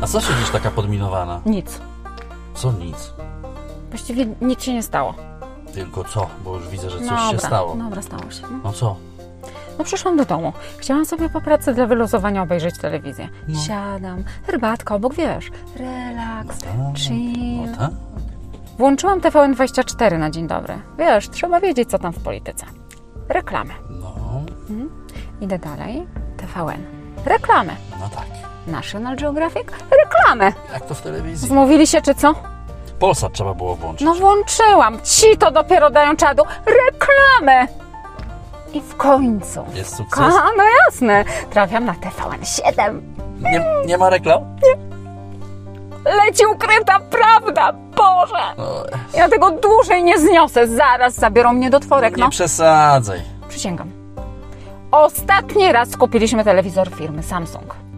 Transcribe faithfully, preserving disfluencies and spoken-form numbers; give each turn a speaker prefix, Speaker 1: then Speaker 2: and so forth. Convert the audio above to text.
Speaker 1: co siedzisz taka podminowana?
Speaker 2: Nic.
Speaker 1: Co nic?
Speaker 2: Właściwie nic się nie stało.
Speaker 1: Tylko co? Bo już widzę, że coś
Speaker 2: Dobra,
Speaker 1: się stało.
Speaker 2: Dobra, stało się. No.
Speaker 1: No co?
Speaker 2: no przyszłam do domu. Chciałam sobie po pracy dla wyluzowania obejrzeć telewizję.
Speaker 1: No.
Speaker 2: Siadam, herbatka obok, wiesz, relaks,
Speaker 1: Tak,
Speaker 2: chill.
Speaker 1: no tak.
Speaker 2: Włączyłam T V N dwadzieścia cztery na dzień dobry. Wiesz, trzeba wiedzieć, co tam w polityce. Reklamy.
Speaker 1: No,
Speaker 2: Mhm. Idę dalej. T V N. Reklamy.
Speaker 1: no tak.
Speaker 2: National Geographic. Reklamy.
Speaker 1: Jak to w telewizji?
Speaker 2: Zmówili się, czy co?
Speaker 1: Polsat trzeba było włączyć.
Speaker 2: No włączyłam. Ci to dopiero dają czadu. Reklamy. I w końcu.
Speaker 1: Jest sukces?
Speaker 2: A, no jasne. Trafiam na T V N siedem.
Speaker 1: Nie, nie ma reklam?
Speaker 2: Leci ukryta prawda. Boże.
Speaker 1: No,
Speaker 2: Ja tego dłużej nie zniosę. Zaraz zabiorą mnie do tworek,
Speaker 1: nie
Speaker 2: no.
Speaker 1: przesadzaj.
Speaker 2: Przysięgam. Ostatni raz kupiliśmy telewizor firmy Samsung.